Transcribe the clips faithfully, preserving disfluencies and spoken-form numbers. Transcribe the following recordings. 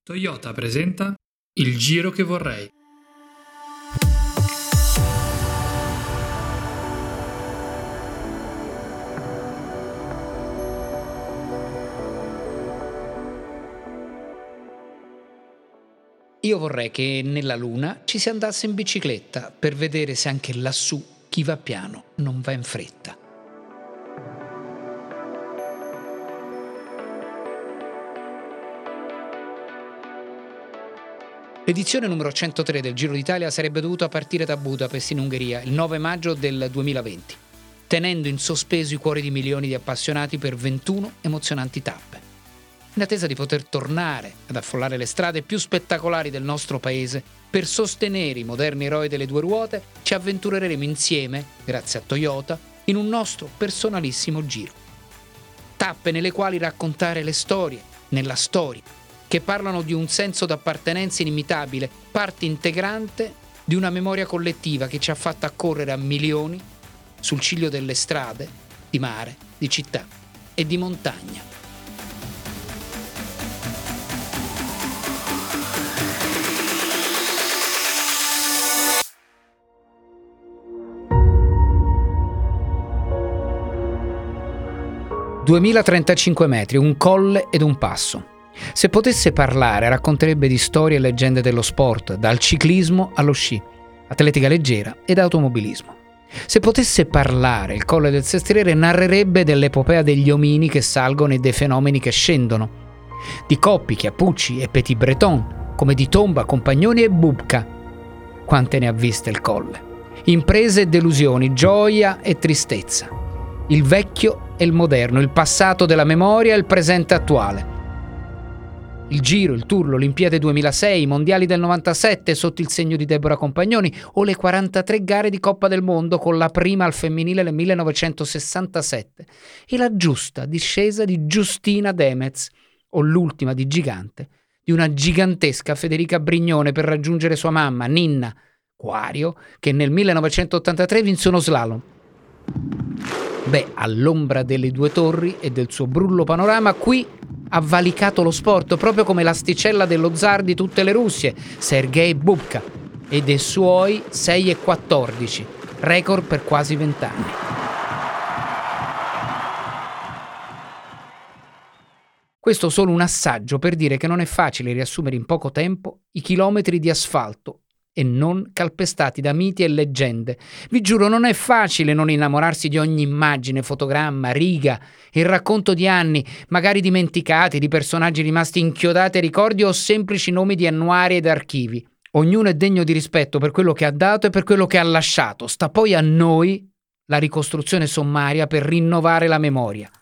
Toyota presenta Il giro che vorrei. Io vorrei che nella Luna ci si andasse in bicicletta per vedere se anche lassù chi va piano non va in fretta. L'edizione numero centotré del Giro d'Italia sarebbe dovuta partire da Budapest in Ungheria il nove maggio del duemilaventi, tenendo in sospeso i cuori di milioni di appassionati per ventuno emozionanti tappe. In attesa di poter tornare ad affollare le strade più spettacolari del nostro paese, per sostenere i moderni eroi delle due ruote, ci avventureremo insieme, grazie a Toyota, in un nostro personalissimo giro. Tappe nelle quali raccontare le storie, nella storia, che parlano di un senso d'appartenenza inimitabile, parte integrante di una memoria collettiva che ci ha fatto accorrere a milioni sul ciglio delle strade, di mare, di città e di montagna. duemilatrentacinque metri, un colle ed un passo. Se potesse parlare, racconterebbe di storie e leggende dello sport, dal ciclismo allo sci, atletica leggera ed automobilismo. Se potesse parlare, il Colle del Sestriere narrerebbe dell'epopea degli omini che salgono e dei fenomeni che scendono, di Coppi, Chiappucci e Petit Breton, come di Tomba, Compagnoni e Bubka. Quante ne ha viste il Colle? Imprese e delusioni, gioia e tristezza, il vecchio e il moderno, il passato della memoria e il presente attuale. Il Giro, il Tour, l'Olimpiade duemilasei, i Mondiali del novantasette sotto il segno di Deborah Compagnoni o le quarantatré gare di Coppa del Mondo con la prima al femminile nel millenovecentosessantasette e la giusta discesa di Giustina Demez o l'ultima di gigante di una gigantesca Federica Brignone per raggiungere sua mamma, Ninna Quario, che nel millenovecentottantatré vinse uno slalom. Beh, all'ombra delle due torri e del suo brullo panorama, qui ha valicato lo sport, proprio come l'asticella dello zar di tutte le Russie, Sergei Bubka, e dei suoi sei e quattordici, record per quasi vent'anni. Questo solo un assaggio per dire che non è facile riassumere in poco tempo i chilometri di asfalto e non calpestati da miti e leggende. Vi giuro, non è facile non innamorarsi di ogni immagine, fotogramma, riga, il racconto di anni, magari dimenticati, di personaggi rimasti inchiodati ai ricordi o semplici nomi di annuari ed archivi. Ognuno è degno di rispetto per quello che ha dato e per quello che ha lasciato. Sta poi a noi la ricostruzione sommaria per rinnovare la memoria.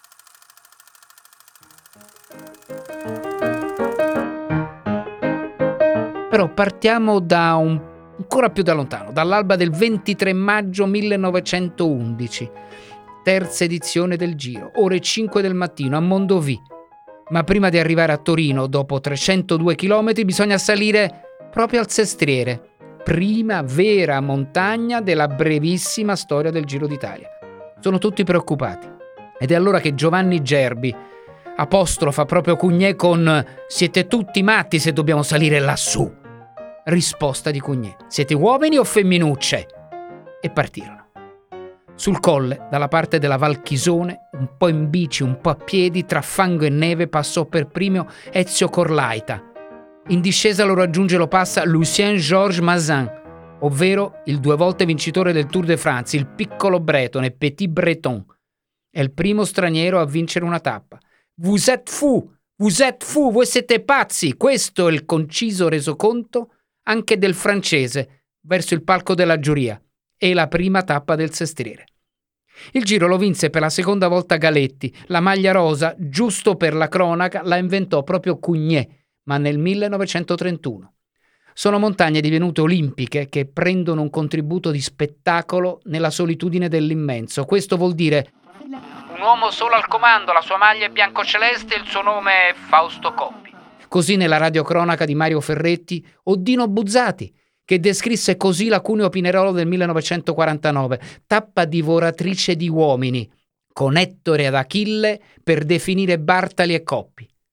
Però partiamo da un ancora più da lontano, dall'alba del ventitré maggio millenovecentoundici, terza edizione del Giro, ore cinque del mattino a Mondovì. Ma prima di arrivare a Torino, dopo trecentodue chilometri, bisogna salire proprio al Sestriere, prima vera montagna della brevissima storia del Giro d'Italia. Sono tutti preoccupati. Ed è allora che Giovanni Gerbi apostrofa proprio Cugnet con «Siete tutti matti se dobbiamo salire lassù». Risposta di Cugnet: «Siete uomini o femminucce?» E partirono. Sul colle, dalla parte della Val Chisone, un po' in bici, un po' a piedi, tra fango e neve, passò per primo Ezio Corlaita. In discesa lo raggiunge e lo passa Lucien Georges Mazin, ovvero il due volte vincitore del Tour de France, il piccolo bretone Petit Breton. È il primo straniero a vincere una tappa. «Vous êtes fous! Vous êtes fous! Voi siete pazzi!» Questo è il conciso resoconto anche del francese verso il palco della giuria, e la prima tappa del Sestriere. Il Giro lo vinse per la seconda volta Galetti. La maglia rosa, giusto per la cronaca, la inventò proprio Cugnet, ma nel millenovecentotrentuno. Sono montagne divenute olimpiche che prendono un contributo di spettacolo nella solitudine dell'immenso. Questo vuol dire un uomo solo al comando, la sua maglia è biancoceleste e il suo nome è Fausto Coppi. Così nella radiocronaca di Mario Ferretti o Dino Buzzati, che descrisse così la Cuneo Pinerolo del millenovecentoquarantanove, tappa divoratrice di uomini, con Ettore ad Achille per definire Bartali e Coppi.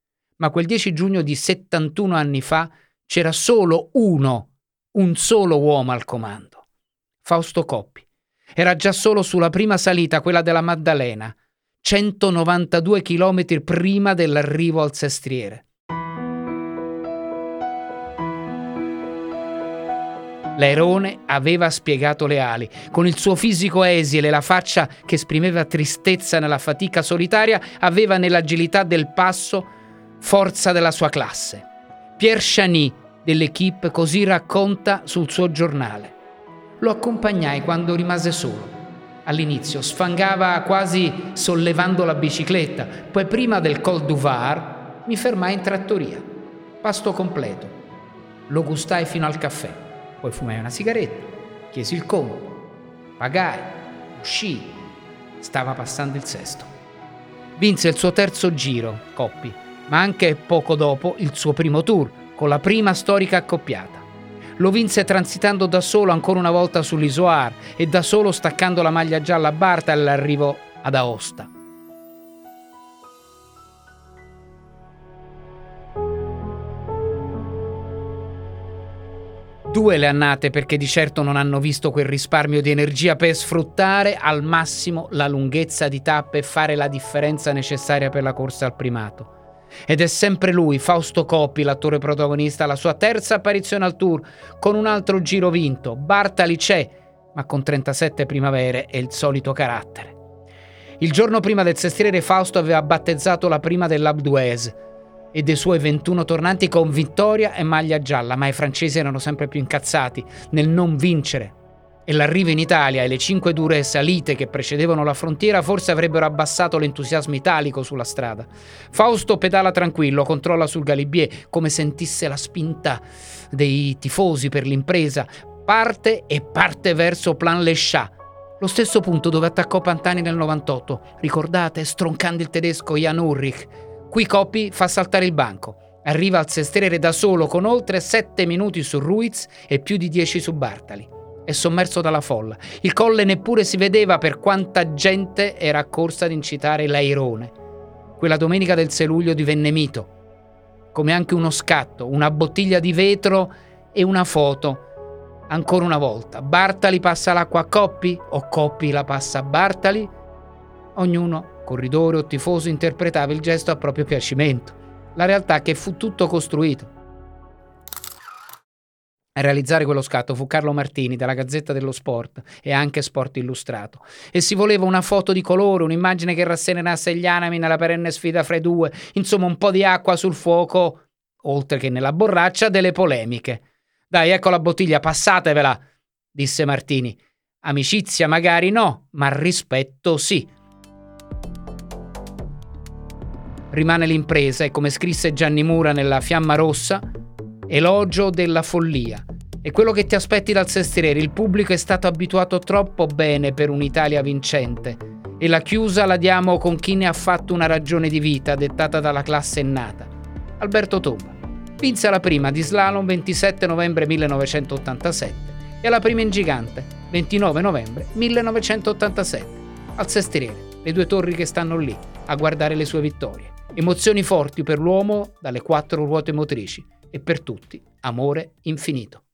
ma quel dieci giugno di settantuno anni fa c'era solo uno, un solo uomo al comando. Fausto Coppi. Era già solo sulla prima salita, quella della Maddalena, centonovantadue chilometri prima dell'arrivo al Sestriere. L'airone aveva spiegato le ali. Con il suo fisico esile e la faccia che esprimeva tristezza nella fatica solitaria, aveva nell'agilità del passo forza della sua classe. Pierre Chany dell'Équipe così racconta sul suo giornale. Lo accompagnai quando rimase solo. All'inizio sfangava quasi sollevando la bicicletta, poi prima del Col du Var mi fermai in trattoria. Pasto completo. Lo gustai fino al caffè. Poi fumai una sigaretta, chiesi il conto, pagai, uscii. Stava passando il sesto. Vinse il suo terzo giro, Coppi, ma anche poco dopo il suo primo tour, con la prima storica accoppiata. Lo vinse transitando da solo ancora una volta sull'Isoire e da solo staccando la maglia gialla a Bartali all'arrivo ad Aosta. Due le annate perché di certo non hanno visto quel risparmio di energia per sfruttare al massimo la lunghezza di tappe e fare la differenza necessaria per la corsa al primato. Ed è sempre lui, Fausto Coppi, l'attore protagonista, la sua terza apparizione al Tour, con un altro giro vinto. Bartali c'è, ma con trentasette primavere e il solito carattere. Il giorno prima del Sestriere Fausto aveva battezzato la prima dell'Alpe d'Huez e dei suoi ventuno tornanti con vittoria e maglia gialla, ma i francesi erano sempre più incazzati nel non vincere. E l'arrivo in Italia e le cinque dure salite che precedevano la frontiera forse avrebbero abbassato l'entusiasmo italico sulla strada. Fausto pedala tranquillo, controlla sul Galibier come sentisse la spinta dei tifosi per l'impresa. Parte e parte verso Plan Les Chats, lo stesso punto dove attaccò Pantani nel novantotto. Ricordate, stroncando il tedesco Jan Ullrich. Qui Coppi fa saltare il banco. Arriva al Sestriere da solo con oltre sette minuti su Ruiz e più di dieci su Bartali. È sommerso dalla folla. Il colle neppure si vedeva per quanta gente era accorsa ad incitare l'airone. Quella domenica del sei luglio divenne mito, come anche uno scatto, una bottiglia di vetro e una foto. Ancora una volta, Bartali passa l'acqua a Coppi o Coppi la passa a Bartali? Ognuno, corridore o tifoso, interpretava il gesto a proprio piacimento. La realtà è che fu tutto costruito. A realizzare quello scatto fu Carlo Martini della Gazzetta dello Sport e anche Sport Illustrato. E si voleva una foto di colore, un'immagine che rasserenasse gli animi nella perenne sfida fra i due, insomma un po' di acqua sul fuoco, oltre che nella borraccia delle polemiche. Dai, ecco la bottiglia, passatevela, disse Martini. Amicizia magari no, ma rispetto sì. Rimane l'impresa e, come scrisse Gianni Mura nella Fiamma Rossa, elogio della follia. È quello che ti aspetti dal Sestriere. Il pubblico è stato abituato troppo bene per un'Italia vincente e la chiusa la diamo con chi ne ha fatto una ragione di vita dettata dalla classe innata. Alberto Tomba vinse alla prima di slalom ventisette novembre millenovecentottantasette e alla prima in gigante ventinove novembre millenovecentottantasette. Al Sestriere, le due torri che stanno lì a guardare le sue vittorie. Emozioni forti per l'uomo dalle quattro ruote motrici. E per tutti, amore infinito.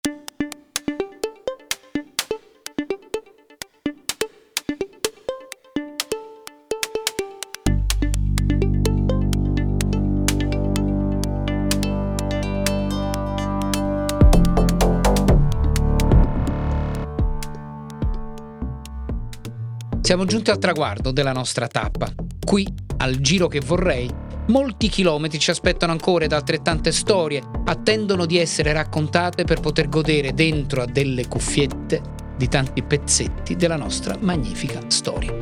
Siamo giunti al traguardo della nostra tappa. Qui, al Giro che vorrei, molti chilometri ci aspettano ancora ed altrettante storie attendono di essere raccontate per poter godere dentro a delle cuffiette di tanti pezzetti della nostra magnifica storia.